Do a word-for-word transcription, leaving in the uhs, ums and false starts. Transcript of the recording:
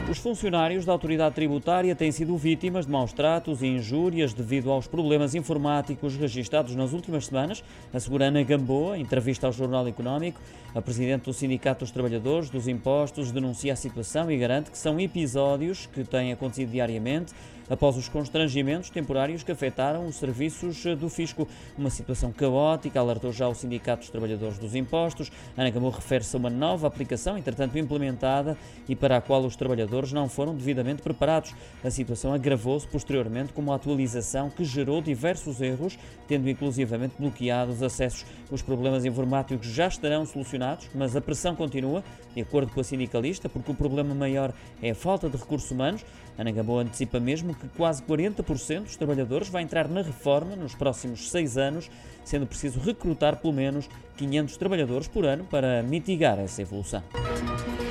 Os funcionários da autoridade tributária têm sido vítimas de maus tratos e injúrias devido aos problemas informáticos registados nas últimas semanas, assegura Ana Gamboa, em entrevista ao Jornal Económico. A presidente do Sindicato dos Trabalhadores dos Impostos denuncia a situação e garante que são episódios que têm acontecido diariamente após os constrangimentos temporários que afetaram os serviços do Fisco. Uma situação caótica, alertou já o Sindicato dos Trabalhadores dos Impostos. Ana Gamboa refere-se a uma nova aplicação, entretanto implementada, e para a qual os trabalhadores não foram devidamente preparados. A situação agravou-se posteriormente com uma atualização que gerou diversos erros, tendo inclusivamente bloqueado os acessos. Os problemas informáticos já estarão solucionados, mas a pressão continua, de acordo com a sindicalista, porque o problema maior é a falta de recursos humanos. Ana Gamboa antecipa mesmo que quase quarenta por cento dos trabalhadores vai entrar na reforma nos próximos seis anos, sendo preciso recrutar pelo menos quinhentos trabalhadores por ano para mitigar essa evolução.